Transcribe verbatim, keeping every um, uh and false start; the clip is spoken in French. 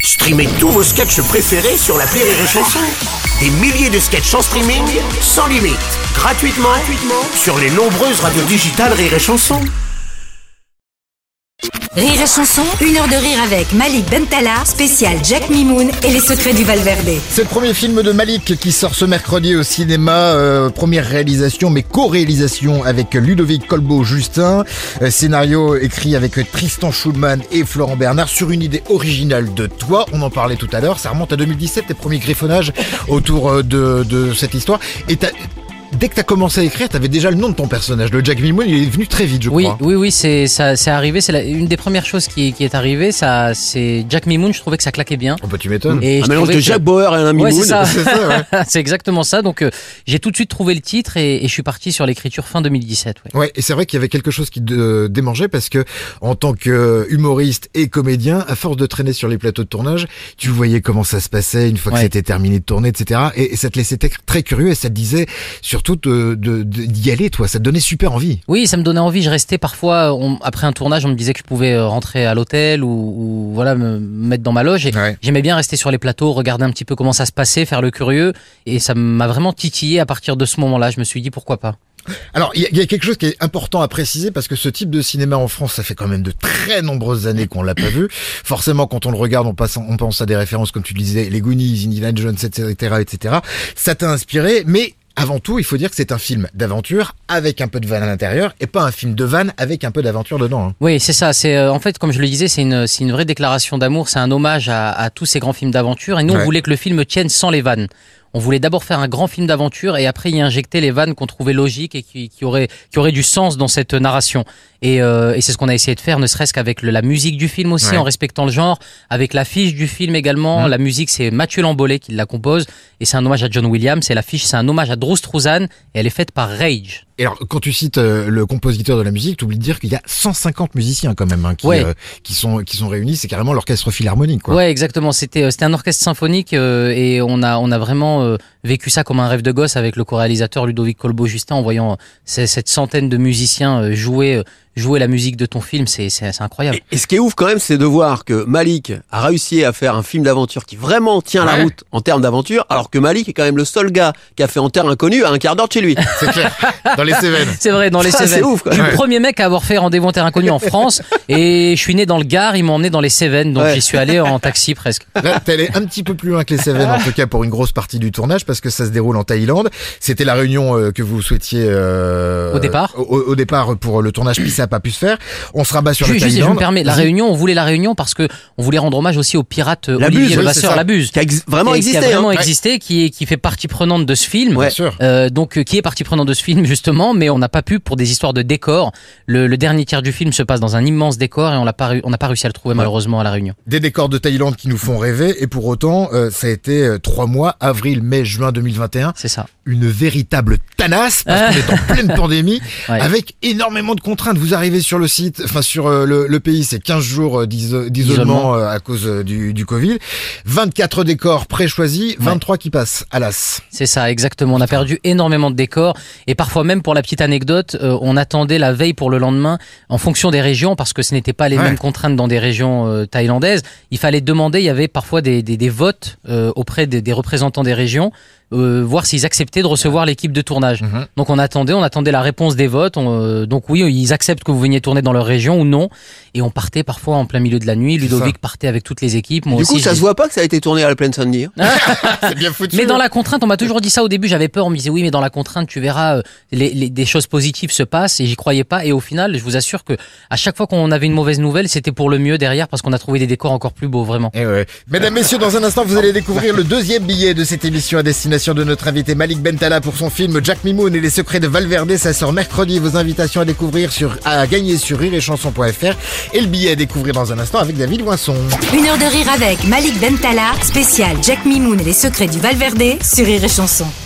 Streamez tous vos sketchs préférés sur l'appli Rire et Chanson. Des milliers de sketchs en streaming, sans limite, gratuitement, gratuitement sur les nombreuses radios digitales Rire et Chanson. Rire et Chanson, une heure de rire avec Malik Bentala, spécial Jack Mimoun et les secrets du Valverde. C'est le premier film de Malik qui sort ce mercredi au cinéma. Euh, première réalisation, mais co-réalisation avec Ludovic Colbeau-Justin. Euh, scénario écrit avec Tristan Schulman et Florent Bernard sur une idée originale de toi. On en parlait tout à l'heure. Ça remonte à deux mille dix-sept, tes premiers griffonnages autour de, de cette histoire. Et t'as... Dès que t'as commencé à écrire, t'avais déjà le nom de ton personnage. Le Jack Mimoun, il est venu très vite, je oui, crois. Oui, oui, c'est ça, c'est arrivé. C'est la, une des premières choses qui, qui est arrivée. Ça, c'est Jack Mimoun. Je trouvais que ça claquait bien. Oh bah tu m'étonnes. Et un mélange de que... Jack Bauer et un Mimoun. Ouais, c'est ça. c'est, ça ouais. C'est exactement ça. Donc, euh, j'ai tout de suite trouvé le titre et, et je suis parti sur l'écriture fin deux mille dix-sept. Ouais. Ouais, et c'est vrai qu'il y avait quelque chose qui te démangeait parce que en tant que humoriste et comédien, à force de traîner sur les plateaux de tournage, tu voyais comment ça se passait une fois que ouais. c'était terminé de tourner, et cetera. Et, et ça te laissait très curieux et ça te disait surtout de, de d'y aller, toi, ça te donnait super envie. Oui, ça me donnait envie. Je restais parfois, on, après un tournage, on me disait que je pouvais rentrer à l'hôtel ou, ou voilà, me mettre dans ma loge. Et ouais. J'aimais bien rester sur les plateaux, regarder un petit peu comment ça se passait, faire le curieux. Et ça m'a vraiment titillé à partir de ce moment-là. Je me suis dit pourquoi pas. Alors, il y, y a quelque chose qui est important à préciser parce que ce type de cinéma en France, ça fait quand même de très nombreuses années qu'on l'a pas vu. Forcément, quand on le regarde, on, passe, on pense à des références comme tu le disais, les Goonies, Indiana Jones, et cetera, et cetera. Ça t'a inspiré, mais avant tout, il faut dire que c'est un film d'aventure avec un peu de vanne à l'intérieur et pas un film de vanne avec un peu d'aventure dedans. Hein. Oui, c'est ça. C'est euh, en fait, comme je le disais, c'est une c'est une vraie déclaration d'amour. C'est un hommage à, à tous ces grands films d'aventure. Et nous, ouais. on voulait que le film tienne sans les vannes. On voulait d'abord faire un grand film d'aventure et après y injecter les vannes qu'on trouvait logiques et qui, qui auraient qui auraient du sens dans cette narration. Et, euh, et c'est ce qu'on a essayé de faire, ne serait-ce qu'avec le, la musique du film aussi, ouais. en respectant le genre, avec l'affiche du film également. Mmh. La musique, c'est Mathieu Lambollet qui la compose et c'est un hommage à John Williams. Et l'affiche, c'est un hommage à Drew Struzan et elle est faite par Rage. Et alors, quand tu cites euh, le compositeur de la musique, tu oublies de dire qu'il y a cent cinquante musiciens quand même hein, qui, ouais. euh, qui sont qui sont réunis. C'est carrément l'orchestre philharmonique, quoi. Ouais, exactement. C'était c'était un orchestre symphonique euh, et on a on a vraiment euh, vécu ça comme un rêve de gosse avec le co-réalisateur Ludovic Colbeau-Justin en voyant euh, cette centaine de musiciens euh, jouer. Euh, jouer la musique de ton film, c'est, c'est, c'est incroyable. Et, et ce qui est ouf quand même, c'est de voir que Malik a réussi à faire un film d'aventure qui vraiment tient ouais. la route en termes d'aventure, alors que Malik est quand même le seul gars qui a fait En Terre Inconnue à un quart d'heure de chez lui. C'est clair, dans les Cévennes. C'est vrai, dans les Cévennes. C'est ouf, quoi. Je suis ouais. le premier mec à avoir fait Rendez-vous en Terre Inconnue en France, et je suis né dans le Gard, ils m'ont emmené dans les Cévennes, donc ouais. j'y suis allé en taxi presque. Là, t'es allé un petit peu plus loin que les Cévennes, en tout cas pour une grosse partie du tournage, parce que ça se déroule en Thaïlande. C'était la réunion euh, que vous souhaitiez euh, au départ. Au, au départ pour le tournage, puis ça n'a pas pu se faire. On se rabat sur je, la je, Thaïlande. Je me permets, la Réunion, on voulait la Réunion parce que on voulait rendre hommage aussi au pirate la Olivier Buse, Levasseur, oui, la Buse, qui a ex- vraiment et, existé, qui a vraiment hein. existé, qui est qui fait partie prenante de ce film. Ouais. Bien sûr. Euh, donc qui est partie prenante de ce film justement, mais on n'a pas pu pour des histoires de décors. Le, le dernier tiers du film se passe dans un immense décor et on l'a pas, on n'a pas réussi à le trouver ouais. malheureusement à la Réunion. Des décors de Thaïlande qui nous font rêver et pour autant, euh, ça a été euh, trois mois, avril, mai, juin deux mille vingt et un. C'est ça. Une véritable tanasse parce qu'on est en pleine pandémie ouais. avec énormément de contraintes. Vous arrivez sur le site, enfin sur euh, le, le pays, c'est quinze jours d'iso- d'isolement euh, à cause euh, du, du Covid. vingt-quatre décors pré-choisis, vingt-trois ouais. qui passent à l'as. C'est ça, exactement. On a perdu énormément de décors et parfois même, pour la petite anecdote, euh, on attendait la veille pour le lendemain en fonction des régions parce que ce n'était pas les ouais. mêmes contraintes dans des régions euh, thaïlandaises. Il fallait demander, il y avait parfois des, des, des votes euh, auprès des, des représentants des régions. Euh, voir s'ils acceptaient de recevoir l'équipe de tournage. Mmh. Donc on attendait, on attendait la réponse des votes. On, euh, donc oui, ils acceptent que vous veniez tourner dans leur région ou non. Et on partait parfois en plein milieu de la nuit. C'est Ludovic ça. Partait avec toutes les équipes. Moi du aussi, coup, ça j'ai... se voit pas que ça a été tourné à la Plaine Saint-Denis. C'est bien foutu. Mais dans la contrainte, on m'a toujours dit ça au début. J'avais peur. On me disait oui, mais dans la contrainte, tu verras, euh, les, les, des choses positives se passent. Et j'y croyais pas. Et au final, je vous assure que à chaque fois qu'on avait une mauvaise nouvelle, c'était pour le mieux derrière parce qu'on a trouvé des décors encore plus beaux, vraiment. Et ouais. Mesdames, messieurs, dans un instant, vous allez découvrir le deuxième billet de cette émission à destination de notre invité Malik Bentala pour son film Jack Mimoun et les secrets de Valverde. Ça sort mercredi. Vos invitations à découvrir sur, à gagner sur rire et chanson point f r et le billet à découvrir dans un instant avec David Loinson. Une heure de rire avec Malik Bentala, spécial Jack Mimoun et les secrets du Valverde sur Rire et Chanson.